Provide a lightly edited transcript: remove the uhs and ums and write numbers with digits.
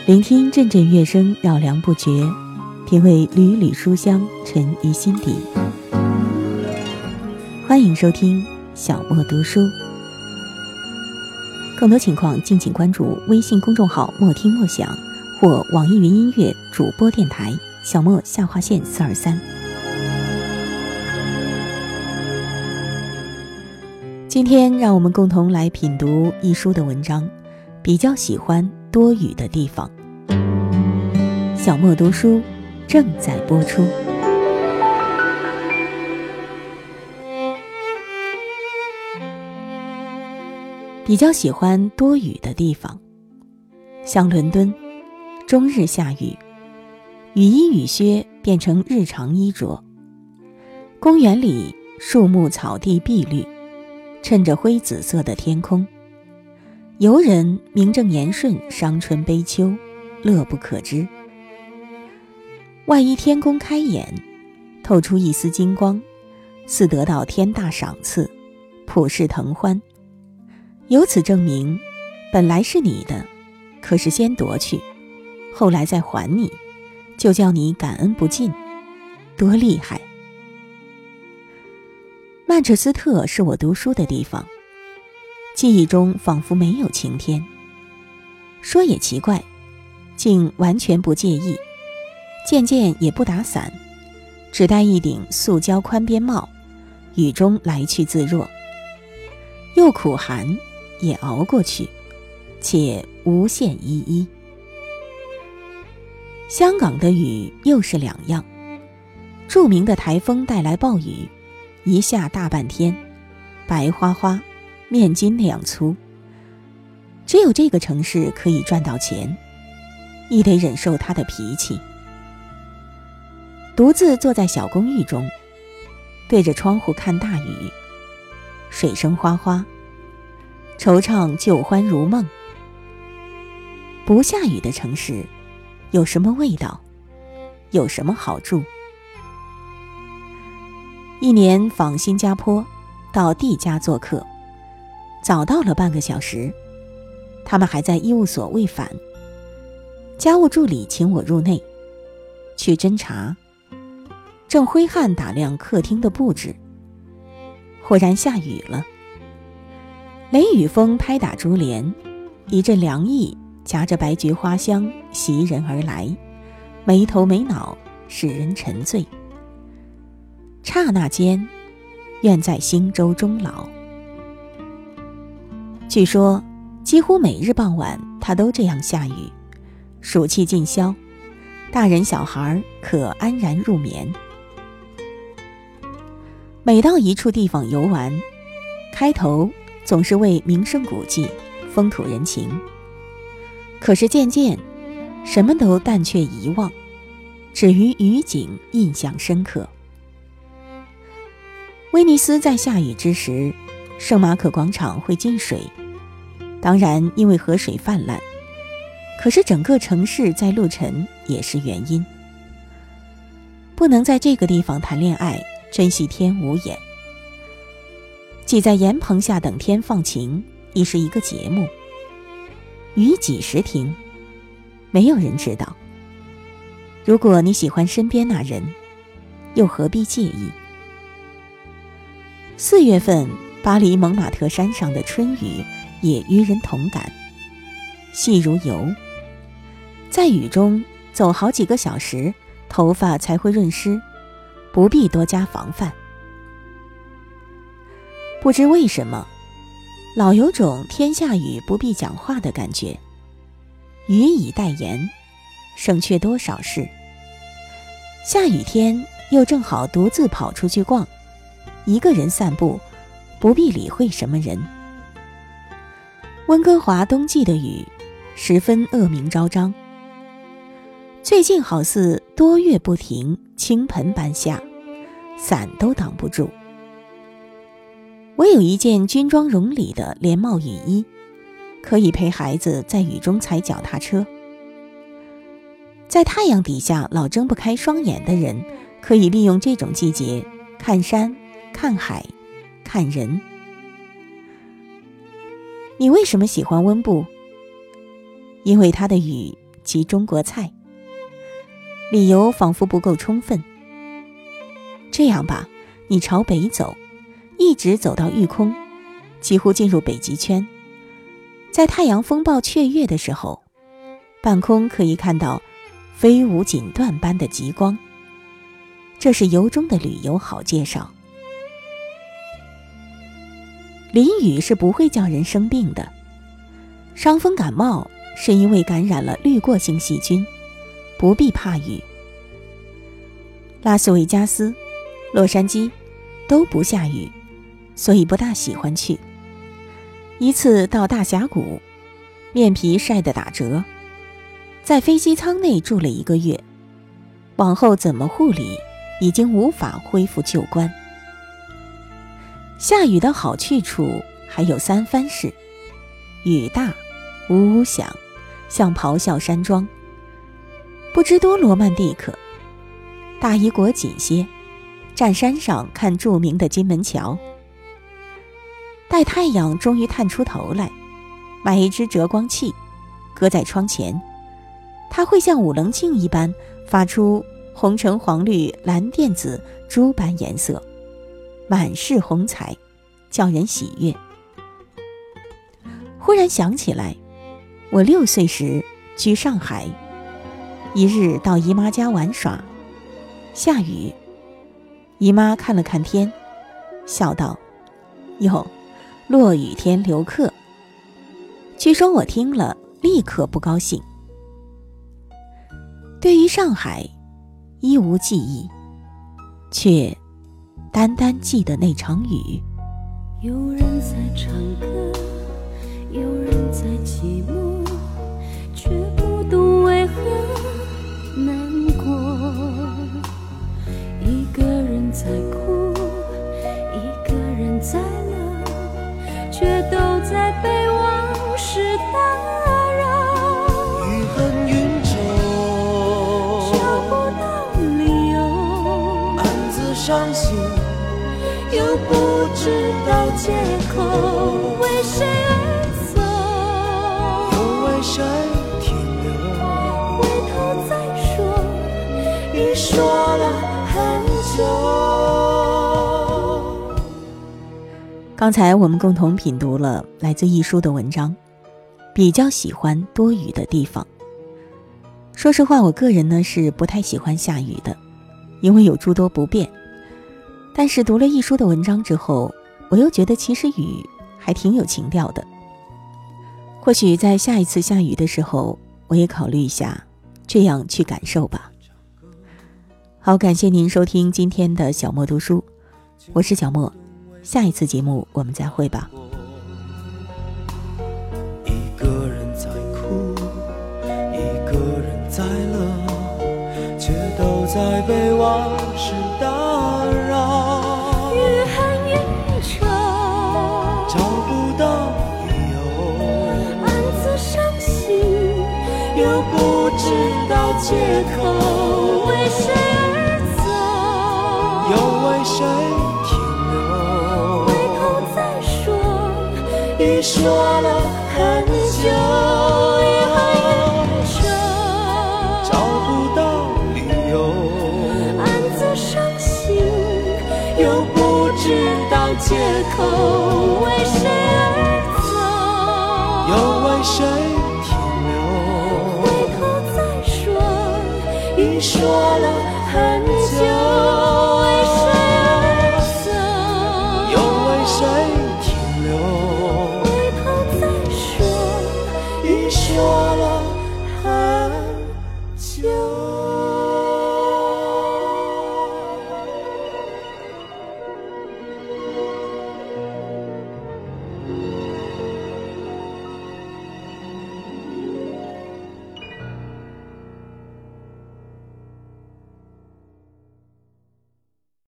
聆听阵阵乐声绕梁不绝，品味缕缕书香沉于心底。欢迎收听小莫读书，更多情况敬请关注微信公众号莫听莫想或网易云音乐主播电台小莫下划线423。今天让我们共同来品读一书的文章，比较喜欢多雨的地方。小莫读书正在播出。比较喜欢多雨的地方，像伦敦，终日下雨，雨衣雨靴变成日常衣着。公园里树木草地碧绿，衬着灰紫色的天空，游人名正言顺，伤春悲秋，乐不可支。外衣天公开眼，透出一丝金光，似得到天大赏赐，普世腾欢。由此证明，本来是你的，可是先夺去，后来再还你，就叫你感恩不尽，多厉害！曼彻斯特是我读书的地方，记忆中仿佛没有晴天。说也奇怪，竟完全不介意，渐渐也不打伞，只戴一顶塑胶宽边帽，雨中来去自若。又苦寒也熬过去，且无限依依。香港的雨又是两样，著名的台风带来暴雨，一下大半天，白花花，面筋那样粗。只有这个城市可以赚到钱，亦得忍受他的脾气。独自坐在小公寓中，对着窗户看大雨，水声哗哗，惆怅旧欢如梦。不下雨的城市有什么味道，有什么好处？一年访新加坡，到弟家做客，早到了半个小时，他们还在医务所未返。家务助理请我入内去侦查，正挥汗打量客厅的布置，忽然下雨了。雷雨风拍打珠帘，一阵凉意夹着白菊花香袭人而来，没头没脑，使人沉醉。刹那间，愿在星舟终老。据说几乎每日傍晚它都这样下雨，暑气尽消，大人小孩可安然入眠。每到一处地方游玩，开头总是为名胜古迹、风土人情，可是渐渐什么都淡却遗忘，只于雨景印象深刻。威尼斯在下雨之时，圣马可广场会进水，当然因为河水泛滥，可是整个城市在陆沉也是原因。不能在这个地方谈恋爱，真系天无眼。挤在檐棚下等天放晴，亦是一个节目。雨几时停，没有人知道。如果你喜欢身边那人，又何必介意？4月份巴黎蒙马特山上的春雨也与人同感，细如油。在雨中走好几个小时，头发才会润湿，不必多加防范。不知为什么，老有种天下雨不必讲话的感觉。雨以待言，省却多少事。下雨天又正好独自跑出去逛，一个人散步，不必理会什么人。温哥华冬季的雨十分恶名昭彰，最近好似多月不停，倾盆般下，伞都挡不住。我有一件军装绒里的连帽雨衣，可以陪孩子在雨中踩脚踏车。在太阳底下老睁不开双眼的人，可以利用这种季节看山、看海、看人。你为什么喜欢温布？因为它的雨及中国菜。理由仿佛不够充分。这样吧，你朝北走，一直走到玉空，几乎进入北极圈。在太阳风暴雀跃的时候，半空可以看到飞舞锦缎般的极光。这是由衷的旅游好介绍。淋雨是不会叫人生病的，伤风感冒是因为感染了滤过性细菌，不必怕雨。拉斯维加斯、洛杉矶都不下雨，所以不大喜欢去。一次到大峡谷，面皮晒得打折，在飞机舱内住了1个月，往后怎么护理已经无法恢复旧观。下雨的好去处还有3番事：雨大，呜呜响，像咆哮山庄，不知多罗曼蒂克。大衣裹紧些，站山上看著名的金门桥。待太阳终于探出头来，买一只折光器，搁在窗前，它会像五棱镜一般发出红橙黄绿蓝靛紫珠般颜色，满是红彩，叫人喜悦。忽然想起来，我6岁时居上海，一日到姨妈家玩耍，下雨，姨妈看了看天，笑道：“哟，落雨天留客。”据说我听了立刻不高兴。对于上海一无记忆，却单单记得那场雨。 有人在唱歌，有人在寂寞，却不懂为何难过。一个人在哭，一个人在乐，却都在被往事打扰。 雨恨云愁， 找不到理由， 暗自伤心， 又不知道借口，为谁而走， 又为谁停留？ 回头再说，已说了很久。 刚才我们共同品读了来自一书的文章，比较喜欢多雨的地方。说实话，我个人呢是不太喜欢下雨的，因为有诸多不便。但是读了一书的文章之后，我又觉得其实雨还挺有情调的。或许在下一次下雨的时候，我也考虑一下这样去感受吧。好，感谢您收听今天的小莫读书，我是小莫，下一次节目我们再会吧。 一个人在哭，一个人在乐，却都在被往事打扰。 雨恨云愁， 找不到理由， 暗自伤心，又不知道借口，为谁而走， 又为谁停留？ 回头再说， 已说了很久， 雨恨云愁， 找不到理由， 暗自伤心，又不知道借口，为谁而走， 又为谁停留？ 回头再说， 已说